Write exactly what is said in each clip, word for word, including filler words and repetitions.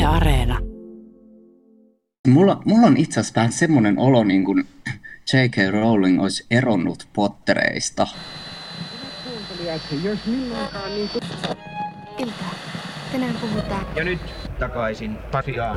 Yle Areena. Mulla, mulla on itse asiassa vähän semmoinen olo, niin kuin J K. Rowling olisi eronnut Pottereista. Ilta, tänään puhutaan. Ja nyt takaisin Pasiaan.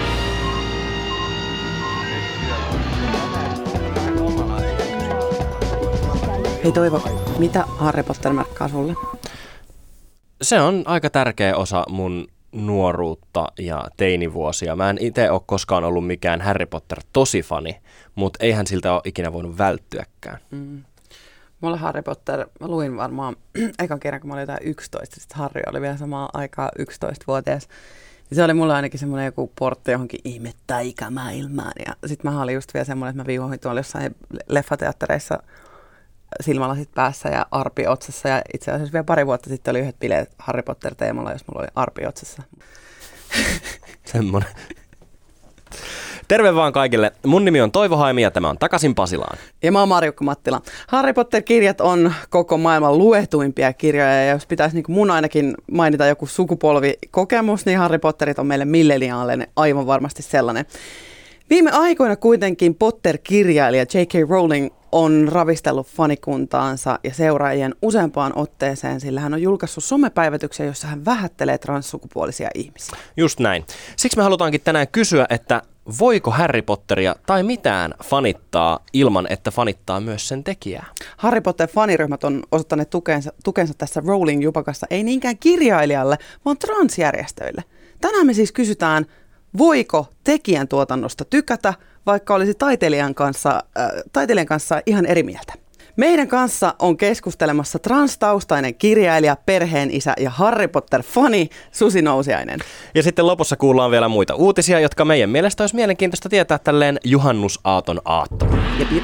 Hei Toivo, mitä Harry Potter merkkaa sulle? Se on aika tärkeä osa mun nuoruutta ja teinivuosia. Mä en itse ole koskaan ollut mikään Harry Potter tosifani, mutta eihän siltä ole ikinä voinut välttyäkään. Mm. Mulla Harry Potter, mä luin varmaan ekan kerran, kun mä olin jotain yksitoista, sitten Harry oli vielä samaan aikaan yksitoistavuotias. Ja se oli mulla ainakin semmoinen joku portti johonkin ihme taikamaailmaan. Ja sitten mä olin just vielä semmoinen, että mä viuhoin tuolla jossain leffateattereissa silmälasit päässä ja arpi otsassa. Ja itse asiassa vielä pari vuotta sitten oli yhdet bileet Harry Potter-teemalla, jos mulla oli arpi otsassa. Semmoinen. Terve vaan kaikille. Mun nimi on Toivo Haimi ja tämä on Takaisin Pasilaan. Ja mä oon Marjukka Mattila. Harry Potter-kirjat on koko maailman luetuimpia kirjoja, ja jos pitäisi niin kuin mun ainakin mainita joku sukupolvikokemus, niin Harry Potterit on meille milleniaalinen aivan varmasti sellainen. Viime aikoina kuitenkin Potter-kirjailija J K. Rowling on ravistellut fanikuntaansa ja seuraajien useampaan otteeseen, sillä hän on julkaissut somepäivätyksiä, jossa hän vähättelee transsukupuolisia ihmisiä. Just näin. Siksi me halutaankin tänään kysyä, että voiko Harry Potteria tai mitään fanittaa ilman, että fanittaa myös sen tekijää? Harry Potter-faniryhmät on osoittaneet tukensa, tukensa tässä Rowling-jupakassa ei niinkään kirjailijalle, vaan transjärjestöille. Tänään me siis kysytään, voiko tekijän tuotannosta tykätä, vaikka olisi taiteilijan kanssa, äh, taiteilijan kanssa ihan eri mieltä. Meidän kanssa on keskustelemassa transtaustainen kirjailija, perheenisä ja Harry Potter-fani Susi Nousiainen. Ja sitten lopussa kuullaan vielä muita uutisia, jotka meidän mielestä olisi mielenkiintoista tietää tälleen juhannusaaton aattona. Jep.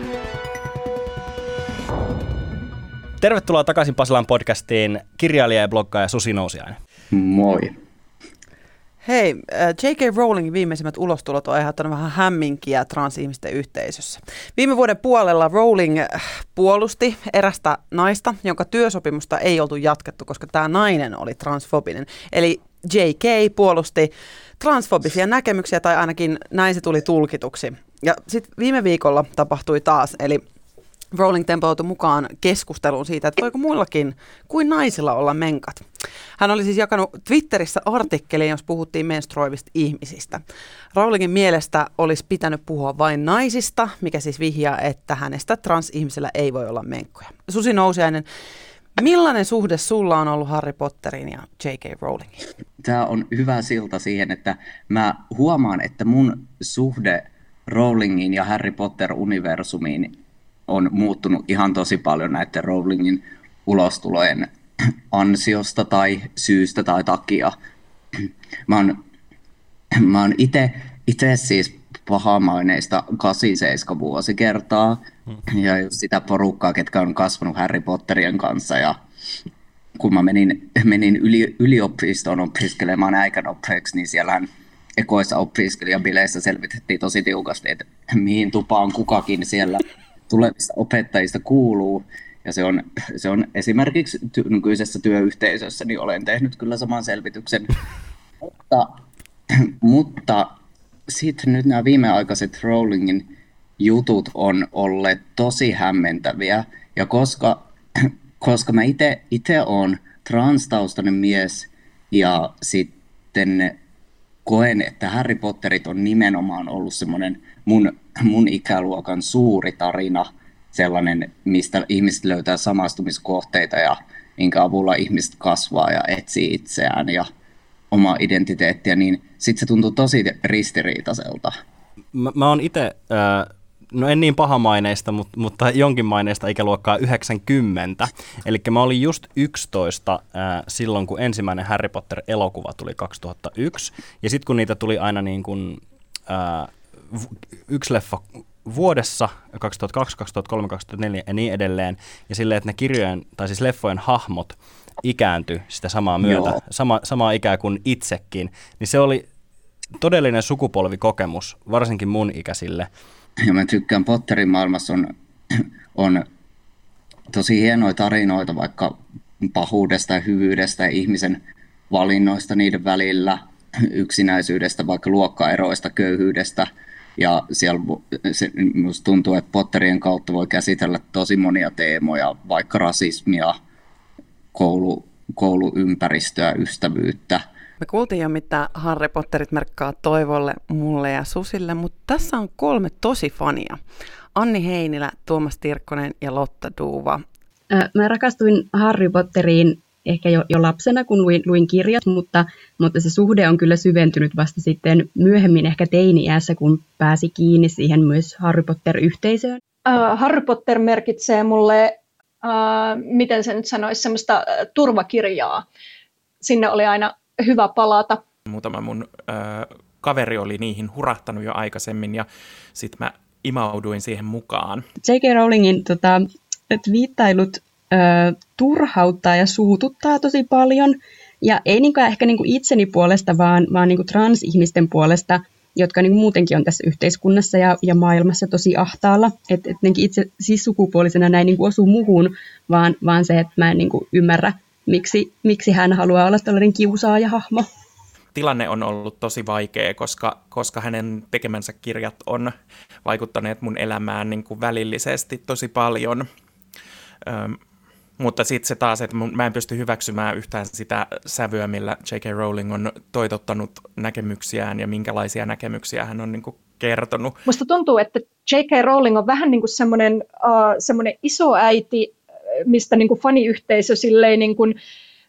Tervetuloa takaisin Pasilan podcastiin kirjailija ja bloggaaja Susi Nousiainen. Moi. Hei, J K. Rowlingin viimeisimmät ulostulot on aiheuttanut vähän hämminkiä transihmisten yhteisössä. Viime vuoden puolella Rowling puolusti erästä naista, jonka työsopimusta ei oltu jatkettu, koska tämä nainen oli transfobinen. Eli J K puolusti transfobisia näkemyksiä, tai ainakin näin se tuli tulkituksi. Ja sitten viime viikolla tapahtui taas, eli Rowling tempoutui mukaan keskusteluun siitä, että voiko muillakin kuin naisilla olla menkat. Hän oli siis jakanut Twitterissä artikkelin, jos puhuttiin menstruoivista ihmisistä. Rowlingin mielestä olisi pitänyt puhua vain naisista, mikä siis vihjaa, että hänestä transihmisellä ei voi olla menkkoja. Susi Nousiainen, millainen suhde sulla on ollut Harry Potterin ja J K. Rowlingin? Tämä on hyvä silta siihen, että mä huomaan, että mun suhde Rowlingin ja Harry Potter-universumiin on muuttunut ihan tosi paljon näiden Rowlingin ulostulojen ansiosta tai syystä tai takia. Mä oon, mä oon ite, ite siis pahamaineista kahdeksankymmentäseitsemän vuosikertaa ja just sitä porukkaa, ketkä on kasvanut Harry Potterien kanssa. Ja kun mä menin, menin yli, yliopistoon opiskelemaan äikänoppeeksi, niin siellähän ekoissa opiskelijabileissä selvitettiin tosi tiukasti, että mihin tupaan kukakin siellä tulevista opettajista kuuluu, ja se on, se on esimerkiksi ty- nykyisessä työyhteisössä, niin olen tehnyt kyllä saman selvityksen. Mutta, mutta sitten nyt nämä viimeaikaiset Rowlingin jutut on olleet tosi hämmentäviä, ja koska, koska mä itse olen transtaustainen mies, ja sitten koen, että Harry Potterit on nimenomaan ollut semmoinen mun, mun ikäluokan suuri tarina, sellainen, mistä ihmiset löytää samastumiskohteita ja minkä avulla ihmiset kasvaa ja etsii itseään ja omaa identiteettiä, niin sitten se tuntuu tosi ristiriitaiselta. Mä, mä oon itse, äh, no en niin pahamaineista, mutta, mutta jonkin maineista ikäluokkaa yhdeksänkymmentä. Eli mä olin just yksitoista äh, silloin, kun ensimmäinen Harry Potter-elokuva tuli kaksituhattayksi. Ja sitten kun niitä tuli aina niin kuin, äh, yksi leffa vuodessa, kaksituhattakaksi, kaksituhattakolme, kaksituhattaneljä ja niin edelleen. Ja silleen, että ne kirjojen, tai siis leffojen hahmot ikääntyi sitä samaa myötä, sama, samaa ikää kuin itsekin. Niin se oli todellinen sukupolvikokemus, varsinkin mun ikäisille. Ja mä tykkään Potterin maailmassa on, on tosi hienoja tarinoita vaikka pahuudesta ja hyvyydestä ja ihmisen valinnoista niiden välillä. yksinäisyydestä, vaikka luokkaeroista, köyhyydestä. Ja siellä se, musta tuntuu, että Potterien kautta voi käsitellä tosi monia teemoja, vaikka rasismia, koulu, kouluympäristöä, ystävyyttä. Me kuultiin jo, mitä Harry Potterit merkkaa Toivolle, mulle ja Susille, mutta tässä on kolme tosi fania. Anni Heinilä, Tuomas Tirkkonen ja Lotta Duuva. Mä rakastuin Harry Potteriin ehkä jo, jo lapsena, kun luin, luin kirjat, mutta, mutta se suhde on kyllä syventynyt vasta sitten myöhemmin ehkä teini-iässä, kun pääsi kiinni siihen myös Harry Potter-yhteisöön. Uh, Harry Potter merkitsee mulle, uh, miten se nyt sanoisi, semmoista uh, turvakirjaa. Sinne oli aina hyvä palata. Muutama mun uh, kaveri oli niihin hurahtanut jo aikaisemmin ja sitten mä imauduin siihen mukaan. J K. Rowlingin tota, viittailut Ö, turhauttaa ja suututtaa tosi paljon, ja ei niinkään ehkä niinku itseni puolesta, vaan, vaan niinku transihmisten puolesta, jotka niinku muutenkin on tässä yhteiskunnassa ja, ja maailmassa tosi ahtaalla. Et, et itse siis sukupuolisena näin niinku osu muhun, vaan, vaan se, että mä en niinku ymmärrä, miksi, miksi hän haluaa olla tällainen kiusaajahahmo. Tilanne on ollut tosi vaikea, koska, koska hänen tekemänsä kirjat on vaikuttaneet mun elämään niinku välillisesti tosi paljon. Öm, Mutta sitten se taas, että mä en pysty hyväksymään yhtään sitä sävyä, millä J K. Rowling on toitottanut näkemyksiään ja minkälaisia näkemyksiä hän on niin kuin kertonut. Musta tuntuu, että J K. Rowling on vähän niin kuin semmoinen, uh, semmoinen isoäiti, mistä niin kuin faniyhteisö silleen niin kuin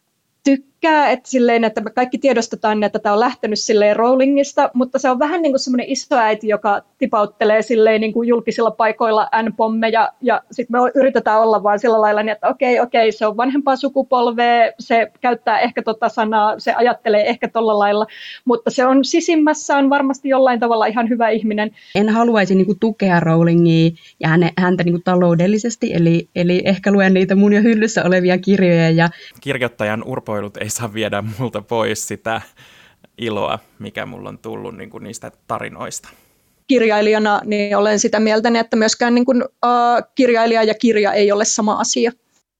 tykkää, että, silleen, että me kaikki tiedostetaan, että tämä on lähtenyt silleen Rowlingista, mutta se on vähän niin kuin semmoinen isoäiti, joka tipauttelee silleen niin kuin julkisilla paikoilla N-pommeja, ja sitten me yritetään olla vaan sillä lailla, niin että okei, okei, se on vanhempaa sukupolvea, se käyttää ehkä tota sanaa, se ajattelee ehkä tolla lailla, mutta se on sisimmässään varmasti jollain tavalla ihan hyvä ihminen. En haluaisi niin kuin tukea Rowlingia ja häntä niin kuin taloudellisesti, eli, eli ehkä luen niitä mun jo hyllyssä olevia kirjoja. Ja kirjoittajan urpoilut ei saa viedä multa pois sitä iloa, mikä mulla on tullut niin kuin niistä tarinoista. Kirjailijana niin olen sitä mieltä, että myöskään niin kuin, uh, kirjailija ja kirja ei ole sama asia.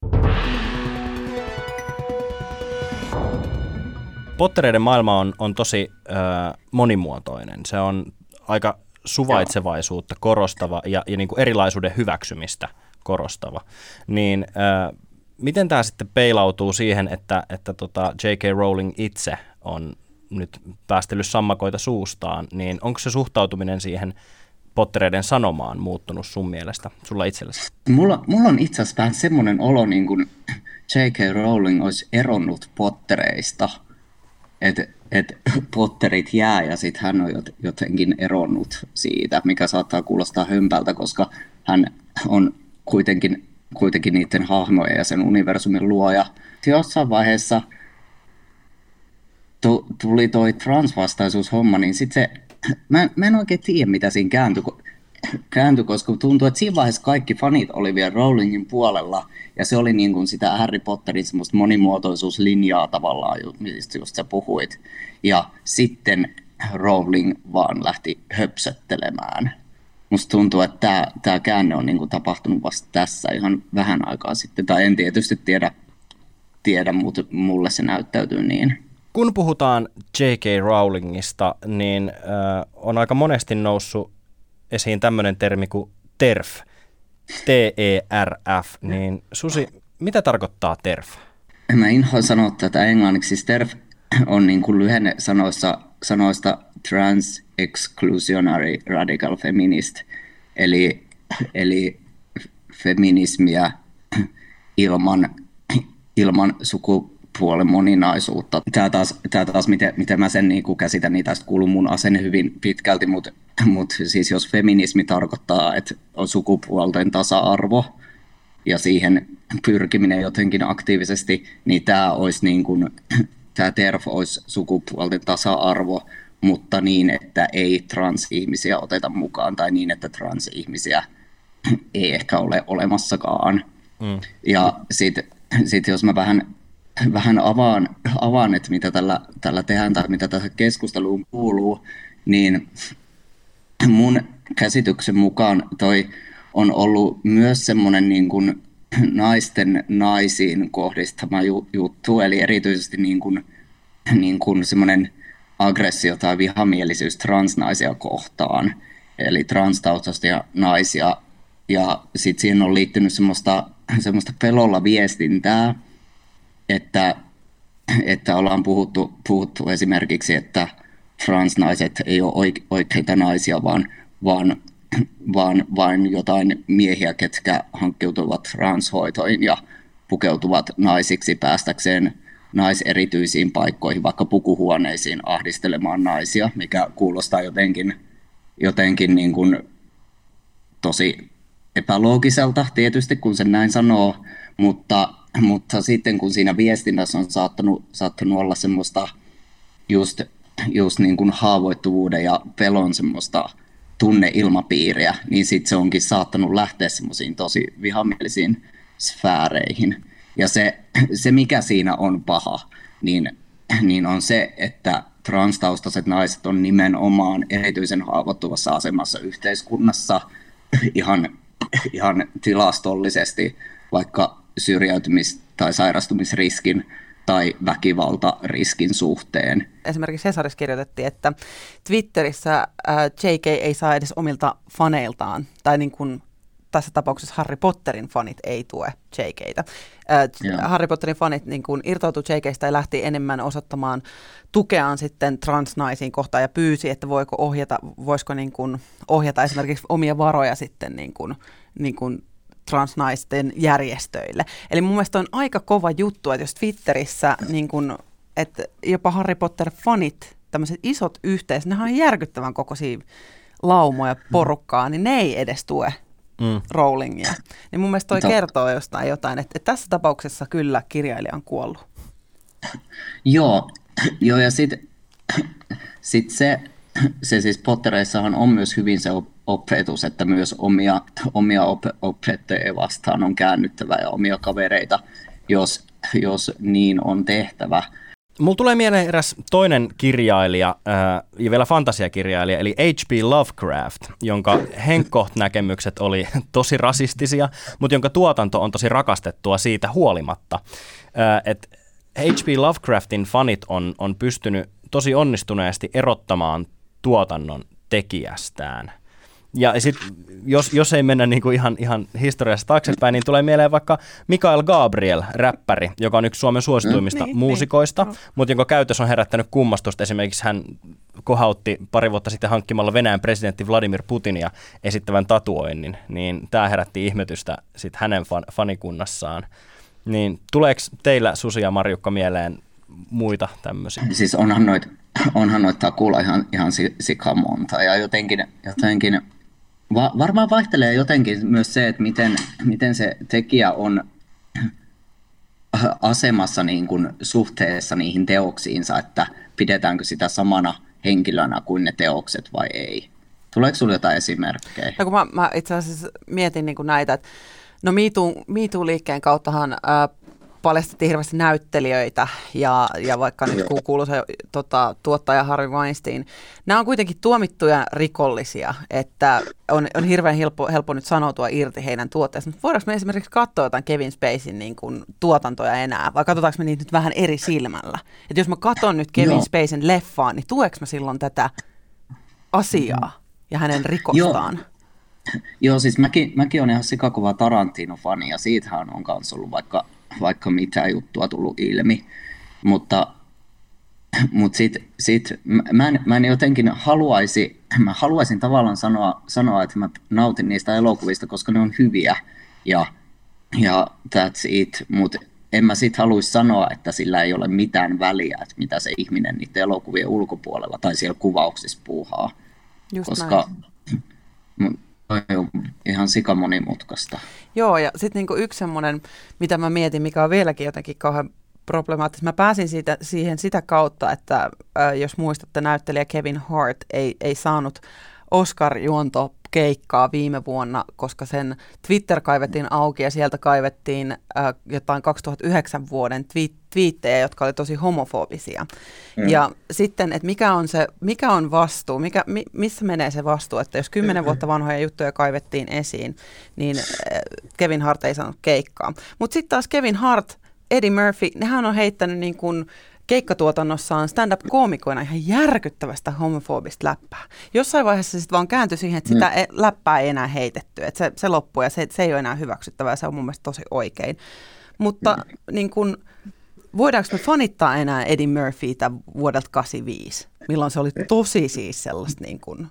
Pottereiden maailma on, on tosi äh, monimuotoinen. Se on aika suvaitsevaisuutta korostava ja, ja niin kuin erilaisuuden hyväksymistä korostava. Niin äh, miten tämä sitten peilautuu siihen, että, että tota J K. Rowling itse on nyt päästellyt sammakoita suustaan, niin onko se suhtautuminen siihen Pottereiden sanomaan muuttunut sun mielestä, sulla itsellesi? Mulla, mulla on itse asiassa vähän semmoinen olo, niin kuin J K. Rowling olisi eronnut Pottereista, että et Potterit jää ja sitten hän on jotenkin eronnut siitä, mikä saattaa kuulostaa hömpältä, koska hän on kuitenkin kuitenkin niiden hahmojen ja sen universumin luoja. Jossain vaiheessa tu- tuli toi transvastaisuushomma, niin sit se, mä, mä en oikein tiedä, mitä siinä kääntyi, kääntyi, koska tuntuu, että siinä vaiheessa kaikki fanit oli vielä Rowlingin puolella, ja se oli niin kuin sitä Harry Potterin semmoista monimuotoisuuslinjaa tavallaan, mistä just sä puhuit. Ja sitten Rowling vaan lähti höpsöttelemään. Musta tuntuu, että tämä, tämä käänne on niin kuin tapahtunut vasta tässä ihan vähän aikaa sitten. Tai en tietysti tiedä, tiedä mutta mulle se näyttäytyy niin. Kun puhutaan J K. Rowlingista, niin äh, on aika monesti noussut esiin tämmöinen termi kuin TERF, T E R F. Niin Susi, mitä tarkoittaa TERF? Mä inhoan sanoa tätä englanniksi. Siis TERF on niin kuin lyhenne sanoista, sanoista Trans Exclusionary Radical Feminist, eli, eli feminismiä ilman, ilman sukupuolen moninaisuutta. Tämä taas, tämä taas miten, miten mä sen niin kuin käsitän, niin tästä kuuluu mun asenne hyvin pitkälti, mutta, mutta siis jos feminismi tarkoittaa, että on sukupuolten tasa-arvo ja siihen pyrkiminen jotenkin aktiivisesti, niin tämä olisi niin kuin, tämä TERF olisi sukupuolten tasa-arvo, mutta niin, että ei transihmisiä oteta mukaan tai niin, että transihmisiä ei ehkä ole olemassakaan. Mm. Ja sitten sit jos mä vähän, vähän avaan, avaan, että mitä tällä, tällä tehdään tai mitä tässä keskusteluun kuuluu, niin mun käsityksen mukaan toi on ollut myös semmoinen niin kuin naisten naisiin kohdistama juttu, eli erityisesti niin kuin, niin kuin semmoinen aggressio tai vihamielisyys transnaisia kohtaan, eli transtaustaisia naisia, ja sitten siihen on liittynyt semmoista, semmoista pelolla viestintää, että, että ollaan puhuttu, puhuttu esimerkiksi, että transnaiset ei ole oikeita naisia, vaan, vaan, vaan vain jotain miehiä, ketkä hankkiutuvat transhoitoihin ja pukeutuvat naisiksi päästäkseen naiserityisiin paikkoihin, vaikka pukuhuoneisiin ahdistelemaan naisia, mikä kuulostaa jotenkin, jotenkin niin kuin tosi epäloogiselta tietysti, kun sen näin sanoo, mutta, mutta sitten kun siinä viestinnässä on saattanut, saattanut olla semmoista just, just niin kuin haavoittuvuuden ja pelon semmoista tunneilmapiiriä, niin sitten se onkin saattanut lähteä semmoisiin tosi vihamielisiin sfääreihin. Ja se, se mikä siinä on paha, niin, niin on se, että transtaustaiset naiset on nimenomaan erityisen haavoittuvassa asemassa yhteiskunnassa ihan, ihan tilastollisesti, vaikka syrjäytymis- tai sairastumisriskin tai väkivaltariskin suhteen. Esimerkiksi Hesarissa kirjoitettiin, että Twitterissä J K ei saa edes omilta faneiltaan, tai niin kuin tässä tapauksessa Harry Potterin fanit ei tue J K:tä. Yeah. Harry Potterin fanit niin kuin irtautui J K:stä ja lähti enemmän osoittamaan tukeaan sitten transnaisiin kohtaan ja pyysi, että voiko ohjata, voisiko niin kuin ohjata esimerkiksi omia varoja sitten niin kuin, niin kuin transnaisten järjestöille. Eli mun mielestä on aika kova juttu, että jos Twitterissä niin kuin, että jopa Harry Potter-fanit, tämmöiset isot yhteisöt, nehän on järkyttävän kokoisia laumoja porukkaa, niin ne ei edes tue Mm. Rowlingia. Niin mun mielestä toi Totta. kertoo jostain jotain, että, että tässä tapauksessa kyllä kirjailija on kuollut. Joo, joo ja sitten sit se, se siis Pottereissahan on myös hyvin se opetus, että myös omia, omia op, opettajia vastaan on käännyttävä ja omia kavereita, jos, jos niin on tehtävä. Mulla tulee mieleen eräs toinen kirjailija ää, ja vielä fantasiakirjailija, eli H P Lovecraft, jonka Henkoht-näkemykset oli tosi rasistisia, mutta jonka tuotanto on tosi rakastettua siitä huolimatta. Ää, et H P Lovecraftin fanit on, on pystynyt tosi onnistuneesti erottamaan tuotannon tekijästään. Ja sit, jos, jos ei mennä niinku ihan, ihan historiassa taaksepäin, niin tulee mieleen vaikka Mikael Gabriel, räppäri, joka on yksi Suomen suosituimmista mm. muusikoista, niin, mutta jonka käytös on herättänyt kummastusta. Esimerkiksi hän kohautti pari vuotta sitten hankkimalla Venäjän presidentti Vladimir Putinia esittävän tatuoinnin, niin tämä herätti ihmetystä sit hänen fan, fanikunnassaan. Niin tuleeko teillä, Susi ja Marjukka, mieleen muita tämmöisiä? Siis onhan noita onhan noit takuulla ihan, ihan sikamonta ja jotenkin, jotenkin va, varmaan vaihtelee jotenkin myös se, että miten, miten se tekijä on asemassa niin kuin suhteessa niihin teoksiinsa, että pidetäänkö sitä samana henkilönä kuin ne teokset vai ei. Tuleeko sinulla jotain esimerkkejä? No kun mä, mä itse asiassa mietin niin kuin näitä, että no Me Too-liikkeen kauttahan ää, paljastettiin hirveästi näyttelijöitä ja, ja vaikka nyt kuuluisa tota, tuottaja Harvey Weinstein, nämä on kuitenkin tuomittuja rikollisia, että on, on hirveän helppo, helppo nyt sanoutua irti heidän tuotteestaan. Mutta voidaanko me esimerkiksi katsoa jotain Kevin Spaceyn niin kuin tuotantoja enää, vai katsotaanko me niitä nyt vähän eri silmällä? Että jos mä katson nyt Kevin Joo. Spaceyn leffaan, niin tueks mä silloin tätä asiaa ja hänen rikostaan? Joo. Joo, siis mäkin, mäkin olen ihan sikakova Tarantino-fani ja siitähän on kanssa ollut vaikka, vaikka mitä juttua tullut ilmi, mutta, mutta sitten sit, mä, en, mä en jotenkin haluaisi, mä haluaisin tavallaan sanoa, sanoa, että mä nautin niistä elokuvista, koska ne on hyviä ja, ja that's it, mutta en mä sitten haluaisi sanoa, että sillä ei ole mitään väliä, että mitä se ihminen niiden elokuvien ulkopuolella tai siellä kuvauksissa puuhaa, Just koska on ihan sika monimutkaista. Joo, ja sitten niinku yksi semmoinen, mitä mä mietin, mikä on vieläkin jotenkin kauhean problemaattista. Mä pääsin siitä, siihen sitä kautta, että äh, jos muistatte, näyttelijä Kevin Hart ei, ei saanut Oscar-juontokeikkaa viime vuonna, koska sen Twitter kaivettiin auki ja sieltä kaivettiin äh, jotain kaksituhattayhdeksän vuoden twi- twiittejä, jotka oli tosi homofobisia. Mm. Ja sitten, että mikä on se, mikä on vastuu, mikä, mi, missä menee se vastuu, että jos kymmenen vuotta vanhoja juttuja kaivettiin esiin, niin äh, Kevin Hart ei saanut keikkaa. Mutta sitten taas Kevin Hart, Eddie Murphy, nehän on heittänyt niin kuin keikkatuotannossaan stand-up-koomikoina ihan järkyttävästä homofobista läppää. Jossain vaiheessa se sitten vaan kääntyi siihen, että sitä mm. läppää ei enää heitetty, että se, se loppui ja se, se ei ole enää hyväksyttävää, se on mun mielestä tosi oikein. Mutta mm. niin kun, voidaanko me fanittaa enää Eddie Murphytä vuodelta kahdeksankymmentäviisi, milloin se oli tosi siis sellaista niin kun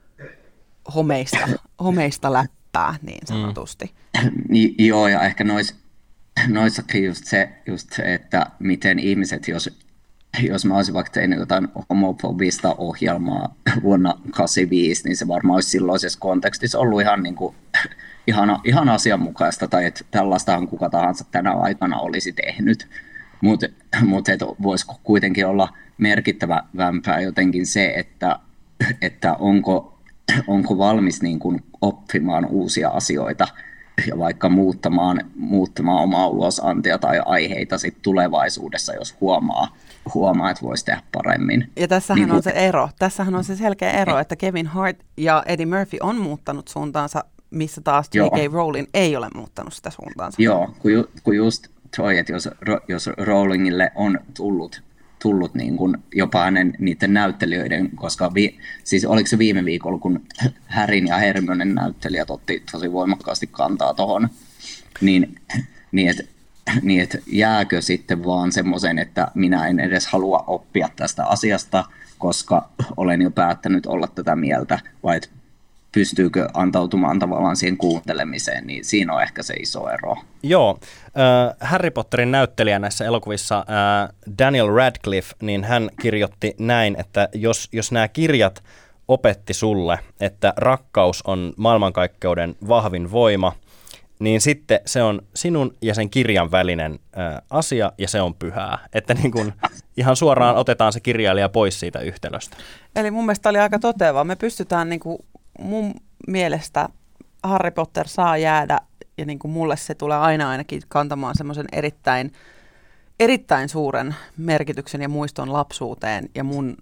homeista, homeista läppää niin sanotusti. Mm. Joo, ja ehkä nois, noissakin just se, just se, että miten ihmiset, jos, jos mä olisin vaikka tehnyt jotain homofobista ohjelmaa vuonna kahdeksankymmentäviisi, niin se varmaan olisi silloisessa kontekstissa ollut ihan, niin kuin, ihan, ihan asianmukaista, tai että tällaistahan kuka tahansa tänä aikana olisi tehnyt. Mutta mut voisiko kuitenkin olla merkittävämpää jotenkin se, että, että onko, onko valmis niin kuin oppimaan uusia asioita ja vaikka muuttamaan, muuttamaan omaa ulosantia tai aiheita sit tulevaisuudessa, jos huomaa, huomaa, että voisi tehdä paremmin. Ja tässähän niin, on se ero. Tässähän on se selkeä ero, että Kevin Hart ja Eddie Murphy on muuttanut suuntaansa, missä taas J K. Rowling ei ole muuttanut sitä suuntaansa. Joo, kun, ju, kun just toi, että jos, jos Rowlingille on tullut, tullut niin kuin jopa hänen niiden näyttelijöiden, koska vi, siis oliko se viime viikolla, kun Harryn ja Hermionen näyttelijät otti tosi voimakkaasti kantaa tuohon, niin, niin että niin et jääkö sitten vaan semmoisen, että minä en edes halua oppia tästä asiasta, koska olen jo päättänyt olla tätä mieltä, vai että pystyykö antautumaan tavallaan siihen kuuntelemiseen, niin siinä on ehkä se iso ero. Joo, äh, Harry Potterin näyttelijä näissä elokuvissa äh, Daniel Radcliffe, niin hän kirjoitti näin, että jos, jos nämä kirjat opetti sulle, että rakkaus on maailmankaikkeuden vahvin voima, niin sitten se on sinun ja sen kirjan välinen äh, asia ja se on pyhää. Että niin kun ihan suoraan otetaan se kirjailija pois siitä yhtälöstä. Eli mun mielestä oli aika toteava. Me pystytään niin kuin mun mielestä Harry Potter saa jäädä, ja niin kuin mulle se tulee aina ainakin kantamaan semmoisen erittäin, erittäin suuren merkityksen ja muiston lapsuuteen, ja mun,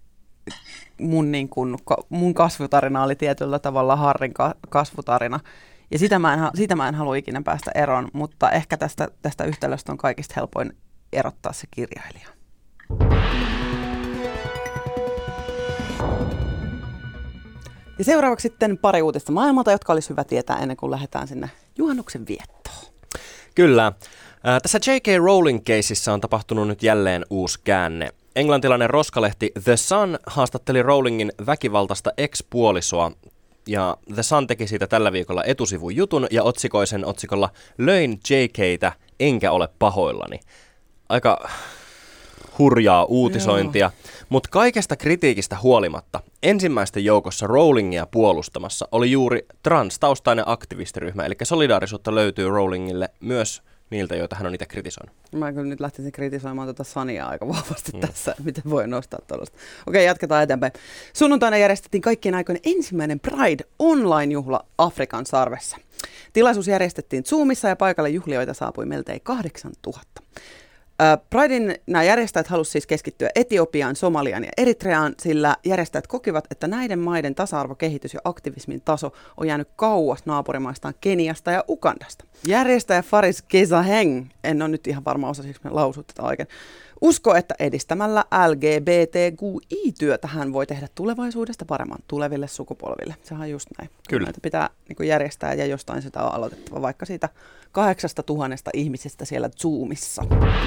mun, niin kuin, mun kasvutarina oli tietyllä tavalla Harryn kasvutarina, ja sitä mä en, sitä mä en halua ikinä päästä eroon, mutta ehkä tästä, tästä yhtälöstä on kaikista helpoin erottaa se kirjailija. Ja seuraavaksi sitten pari uutista maailmalta, jotka olisi hyvä tietää ennen kuin lähdetään sinne juhannuksen viettoon. Kyllä. Äh, tässä J K. Rowling-keisissä on tapahtunut nyt jälleen uusi käänne. Englantilainen roskalehti The Sun haastatteli Rowlingin väkivaltaista ex-puolisoa, ja The Sun teki siitä tällä viikolla etusivun jutun ja otsikoi sen otsikolla "Löin J K:tä, enkä ole pahoillani". Aika hurjaa uutisointia, mutta kaikesta kritiikistä huolimatta ensimmäisten joukossa Rowlingia puolustamassa oli juuri trans-taustainen aktivistiryhmä, eli solidaarisuutta löytyy Rowlingille myös niiltä, joita hän on itse kritisoinut. Mä kyllä nyt lähtisin kritisoimaan tuota Sania aika vahvasti mm. tässä, miten voi nostaa tuollaista. Okei, jatketaan eteenpäin. Sunnuntaina järjestettiin kaikkien aikojen ensimmäinen Pride online-juhla Afrikan sarvessa. Tilaisuus järjestettiin Zoomissa ja paikalle juhlijoita saapui miltei kahdeksantuhatta. Pridein nämä järjestäjät halusivat siis keskittyä Etiopiaan, Somaliaan ja Eritreaan, sillä järjestäjät kokivat, että näiden maiden tasa-arvokehitys ja aktivismin taso on jäänyt kauas naapurimaistaan Keniasta ja Ugandasta. Järjestäjä Faris Kesaheng, en ole nyt ihan varma osasiksi me lausua tätä oikein, uskoo, että edistämällä L G B T Q I-työtä hän voi tehdä tulevaisuudesta paremman tuleville sukupolville. Sehän on just näin. Kyllä. Näitä pitää niin kuin järjestää ja jostain sitä on aloitettava, vaikka siitä kahdeksasta tuhannesta ihmisestä siellä Zoomissa.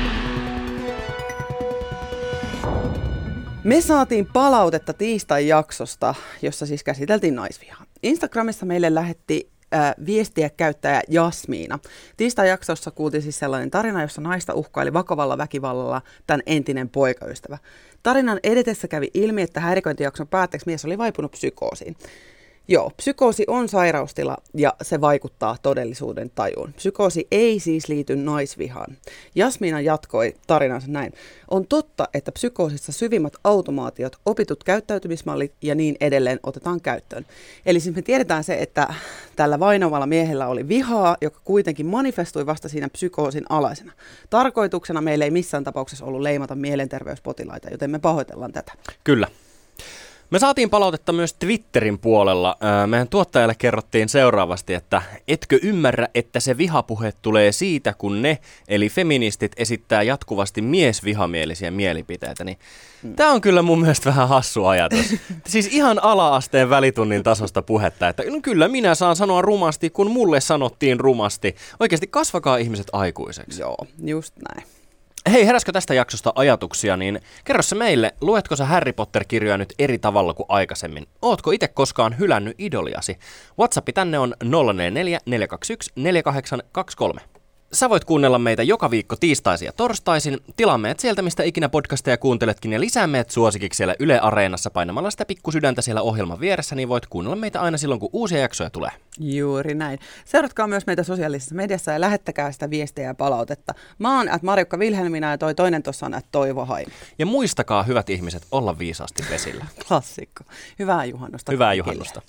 Me saatiin palautetta tiistai-jaksosta, jossa siis käsiteltiin naisvihaa. Instagramissa meille lähetti äh, viestiä käyttäjä Jasmiina. Tiistai-jaksossa kuultiin siis sellainen tarina, jossa naista uhkaili vakavalla väkivallalla tämän entinen poikaystävä. Tarinan edetessä kävi ilmi, että häiriköintijakson päätteeksi mies oli vaipunut psykoosiin. Joo, psykoosi on sairaustila ja se vaikuttaa todellisuuden tajuun. Psykoosi ei siis liity naisvihaan. Jasmiina jatkoi tarinansa näin. On totta, että psykoosissa syvimmät automaatiot, opitut käyttäytymismallit ja niin edelleen otetaan käyttöön. Eli siis me tiedetään se, että tällä vainoavalla miehellä oli vihaa, joka kuitenkin manifestui vasta siinä psykoosin alaisena. Tarkoituksena meillä ei missään tapauksessa ollut leimata mielenterveyspotilaita, joten me pahoitellaan tätä. Kyllä. Me saatiin palautetta myös Twitterin puolella. Meidän tuottajalle kerrottiin seuraavasti, että etkö ymmärrä, että se vihapuhe tulee siitä, kun ne, eli feministit, esittää jatkuvasti miesvihamielisiä mielipiteitä. Niin hmm. Tämä on kyllä mun mielestä vähän hassu ajatus. Siis ihan ala-asteen välitunnin tasosta puhetta, että no kyllä minä saan sanoa rumasti, kun mulle sanottiin rumasti. Oikeasti kasvakaa ihmiset aikuiseksi. Joo, just näin. Hei, heräskö tästä jaksosta ajatuksia, niin kerro se meille, luetko sä Harry Potter-kirjoja nyt eri tavalla kuin aikaisemmin? Ootko itse koskaan hylännyt idoliasi? WhatsAppi tänne on nolla neljä neljä neljä kaksi yksi neljä kahdeksan kaksi kolme. Sä voit kuunnella meitä joka viikko tiistaisin ja torstaisin. Tilaa meidät sieltä, mistä ikinä podcasteja kuunteletkin, ja lisää meidät suosikiksi siellä Yle Areenassa painamalla sitä pikkusydäntä siellä ohjelman vieressä, niin voit kuunnella meitä aina silloin, kun uusia jaksoja tulee. Juuri näin. Seuratkaa myös meitä sosiaalisessa mediassa ja lähettäkää sitä viestiä ja palautetta. Mä oon at Marjukka Vilhelmina ja toi toinen tuossa on at Toivo Haimi. Ja muistakaa, hyvät ihmiset, olla viisaasti vesillä. Klassikko. Hyvää juhannusta. Hyvää juhannusta.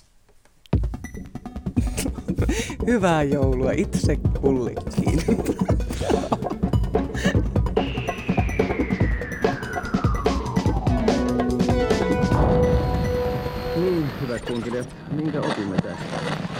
Hyvää joulua itse kullekin. Niin, hyvät kunkilijat, minkä opimme tästä?